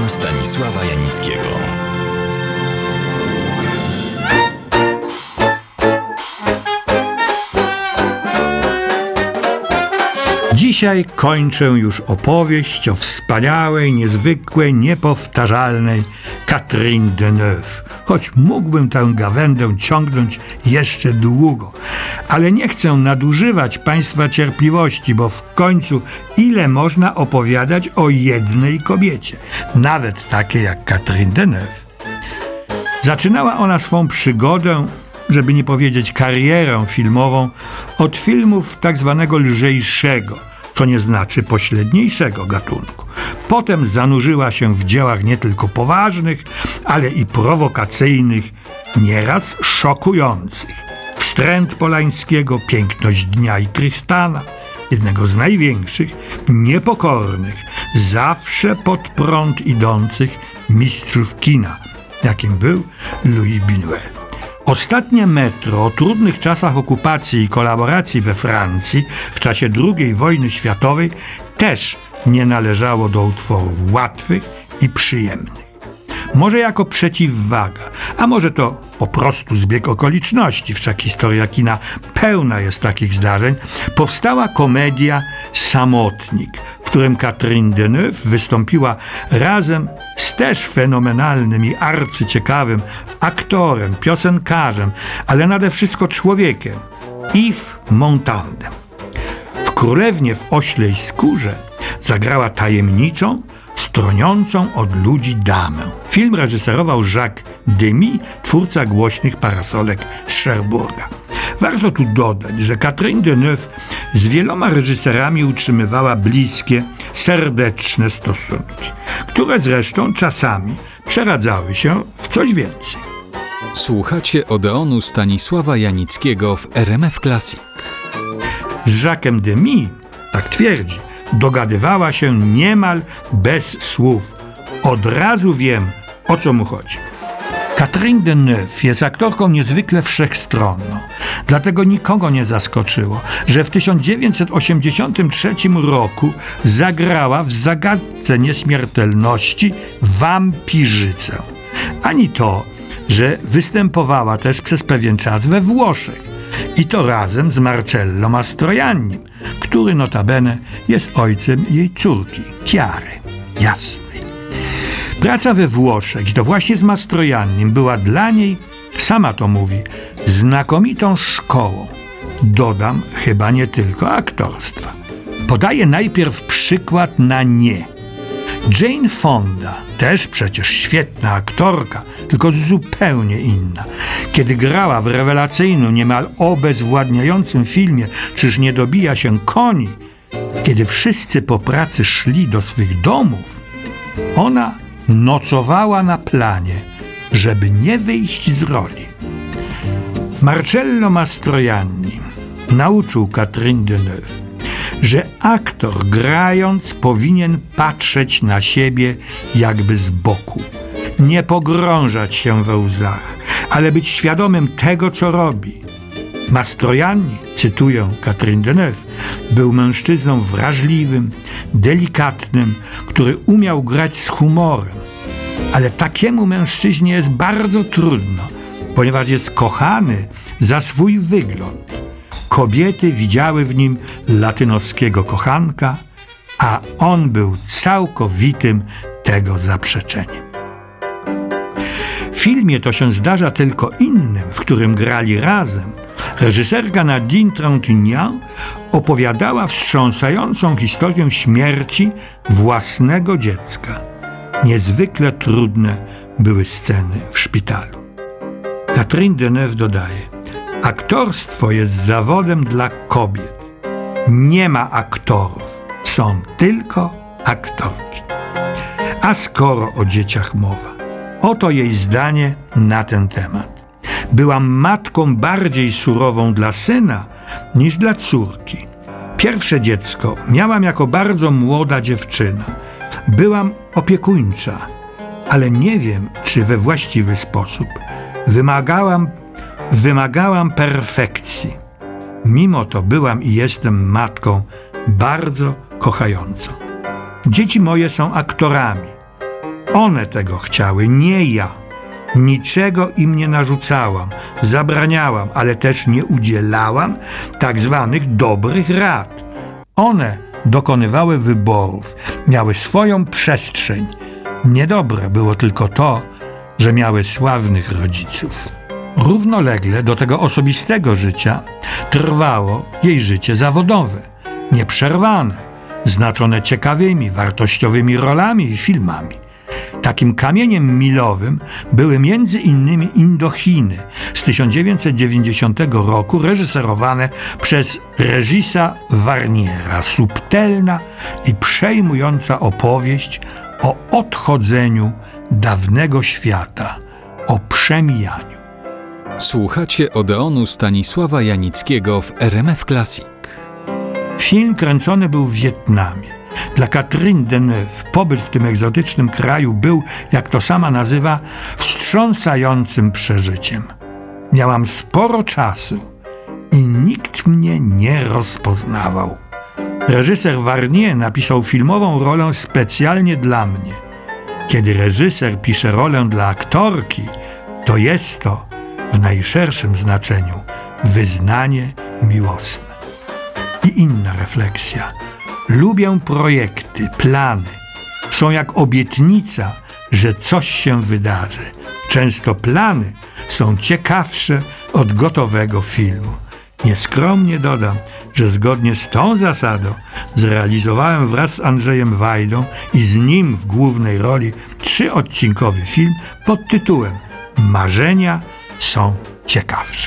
Odeon Stanisława Janickiego. Dzisiaj kończę już opowieść o wspaniałej, niezwykłej, niepowtarzalnej Catherine Deneuve. Choć mógłbym tę gawędę ciągnąć jeszcze długo. Ale nie chcę nadużywać Państwa cierpliwości, bo w końcu ile można opowiadać o jednej kobiecie, nawet takiej jak Catherine Deneuve. Zaczynała ona swą przygodę, żeby nie powiedzieć karierę filmową, od filmów tak zwanego lżejszego, co nie znaczy pośredniejszego gatunku. Potem zanurzyła się w dziełach nie tylko poważnych, ale i prowokacyjnych, nieraz szokujących. Wstręt Polańskiego, Piękność dnia i Tristana, jednego z największych, niepokornych, zawsze pod prąd idących mistrzów kina, jakim był Louis Buñuel. Ostatnie metro o trudnych czasach okupacji i kolaboracji we Francji w czasie II wojny światowej też nie należało do utworów łatwych i przyjemnych. Może jako przeciwwaga, a może to po prostu zbieg okoliczności, wszak historia kina pełna jest takich zdarzeń, powstała komedia Samotnik, w którym Catherine Deneuve wystąpiła razem z też fenomenalnym i arcyciekawym aktorem, piosenkarzem, ale nade wszystko człowiekiem, Yves Montandem. W Królewnie w oślej skórze zagrała tajemniczą, stroniącą od ludzi damę. Film reżyserował Jacques Demy, twórca głośnych parasolek z Cherbourga. Warto tu dodać, że Catherine Deneuve z wieloma reżyserami utrzymywała bliskie, serdeczne stosunki, które zresztą czasami przeradzały się w coś więcej. Słuchacie Odeonu Stanisława Janickiego w RMF Classic. Z Jacques'em Demy, tak twierdzi, dogadywała się niemal bez słów. Od razu wiem, o co mu chodzi. Catherine Deneuve jest aktorką niezwykle wszechstronną. Dlatego nikogo nie zaskoczyło, że w 1983 roku zagrała w Zagadce nieśmiertelności wampirzycę. Ani to, że występowała też przez pewien czas we Włoszech. I to razem z Marcello Mastroiannim, który notabene jest ojcem jej córki, Chiary, jasnej. Praca we Włoszech, i to właśnie z Mastroiannim, była dla niej, sama to mówi, znakomitą szkołą. Dodam, chyba nie tylko aktorstwa. Podaję najpierw przykład na nie. Jane Fonda, też przecież świetna aktorka, tylko zupełnie inna. Kiedy grała w rewelacyjnym, niemal obezwładniającym filmie Czyż nie dobija się koni, kiedy wszyscy po pracy szli do swych domów, ona nocowała na planie, żeby nie wyjść z roli. Marcello Mastroianni nauczył Catherine Deneuve, że aktor grając powinien patrzeć na siebie jakby z boku, nie pogrążać się we łzach, ale być świadomym tego, co robi. Mastroianni, cytuję Catherine Deneuve, był mężczyzną wrażliwym, delikatnym, który umiał grać z humorem. Ale takiemu mężczyźnie jest bardzo trudno, ponieważ jest kochany za swój wygląd. Kobiety widziały w nim latynoskiego kochanka, a on był całkowitym tego zaprzeczeniem. W filmie to się zdarza tylko innym, w którym grali razem. Reżyserka Nadine Trintignant opowiadała wstrząsającą historię śmierci własnego dziecka. Niezwykle trudne były sceny w szpitalu. Catherine Deneuve dodaje: aktorstwo jest zawodem dla kobiet. Nie ma aktorów, są tylko aktorki. A skoro o dzieciach mowa, oto jej zdanie na ten temat. Byłam matką bardziej surową dla syna niż dla córki. Pierwsze dziecko miałam jako bardzo młoda dziewczyna. Byłam opiekuńcza, ale nie wiem, czy we właściwy sposób. Wymagałam perfekcji. Mimo to byłam i jestem matką bardzo kochającą. Dzieci moje są aktorami. One tego chciały, nie ja. Niczego im nie narzucałam, zabraniałam, ale też nie udzielałam tak zwanych dobrych rad. One dokonywały wyborów, miały swoją przestrzeń. Niedobre było tylko to, że miały sławnych rodziców. Równolegle do tego osobistego życia trwało jej życie zawodowe, nieprzerwane, znaczone ciekawymi, wartościowymi rolami i filmami. Takim kamieniem milowym były między innymi Indochiny z 1990 roku, reżyserowane przez Régisa Varniera. Subtelna i przejmująca opowieść o odchodzeniu dawnego świata, o przemijaniu. Słuchacie Odeonu Stanisława Janickiego w RMF Classic. Film kręcony był w Wietnamie. Dla Catherine Deneuve pobyt w tym egzotycznym kraju był, jak to sama nazywa, wstrząsającym przeżyciem. Miałam sporo czasu i nikt mnie nie rozpoznawał. Reżyser Varnier napisał filmową rolę specjalnie dla mnie. Kiedy reżyser pisze rolę dla aktorki, to jest to, w najszerszym znaczeniu, wyznanie miłosne. I inna refleksja. Lubię projekty, plany. Są jak obietnica, że coś się wydarzy. Często plany są ciekawsze od gotowego filmu. Nieskromnie dodam, że zgodnie z tą zasadą zrealizowałem wraz z Andrzejem Wajdą i z nim w głównej roli 3-odcinkowy film pod tytułem Marzenia są ciekawsze.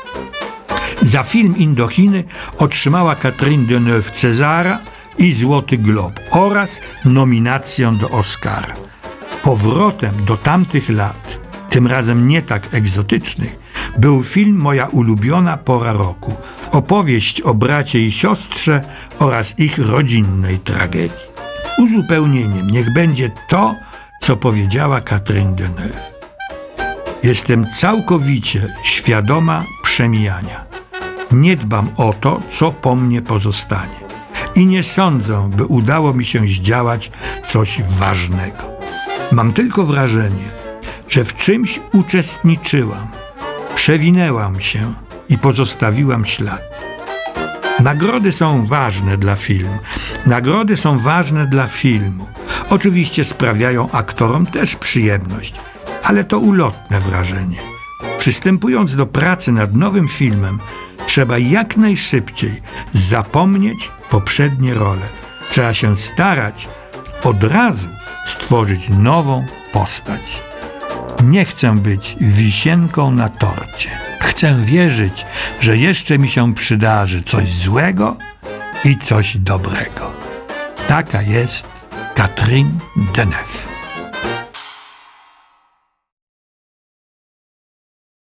Za film Indochiny otrzymała Catherine Deneuve Cezara i Złoty Glob oraz nominację do Oscara. Powrotem do tamtych lat, tym razem nie tak egzotycznych, był film Moja ulubiona pora roku. Opowieść o bracie i siostrze oraz ich rodzinnej tragedii. Uzupełnieniem niech będzie to, co powiedziała Catherine Deneuve. Jestem całkowicie świadoma przemijania. Nie dbam o to, co po mnie pozostanie. I nie sądzę, by udało mi się zdziałać coś ważnego. Mam tylko wrażenie, że w czymś uczestniczyłam, przewinęłam się i pozostawiłam ślad. Nagrody są ważne dla filmu. Nagrody są ważne dla filmu. Oczywiście sprawiają aktorom też przyjemność, ale to ulotne wrażenie. Przystępując do pracy nad nowym filmem, trzeba jak najszybciej zapomnieć poprzednie role. Trzeba się starać od razu stworzyć nową postać. Nie chcę być wisienką na torcie. Chcę wierzyć, że jeszcze mi się przydarzy coś złego i coś dobrego. Taka jest Catherine Deneuve.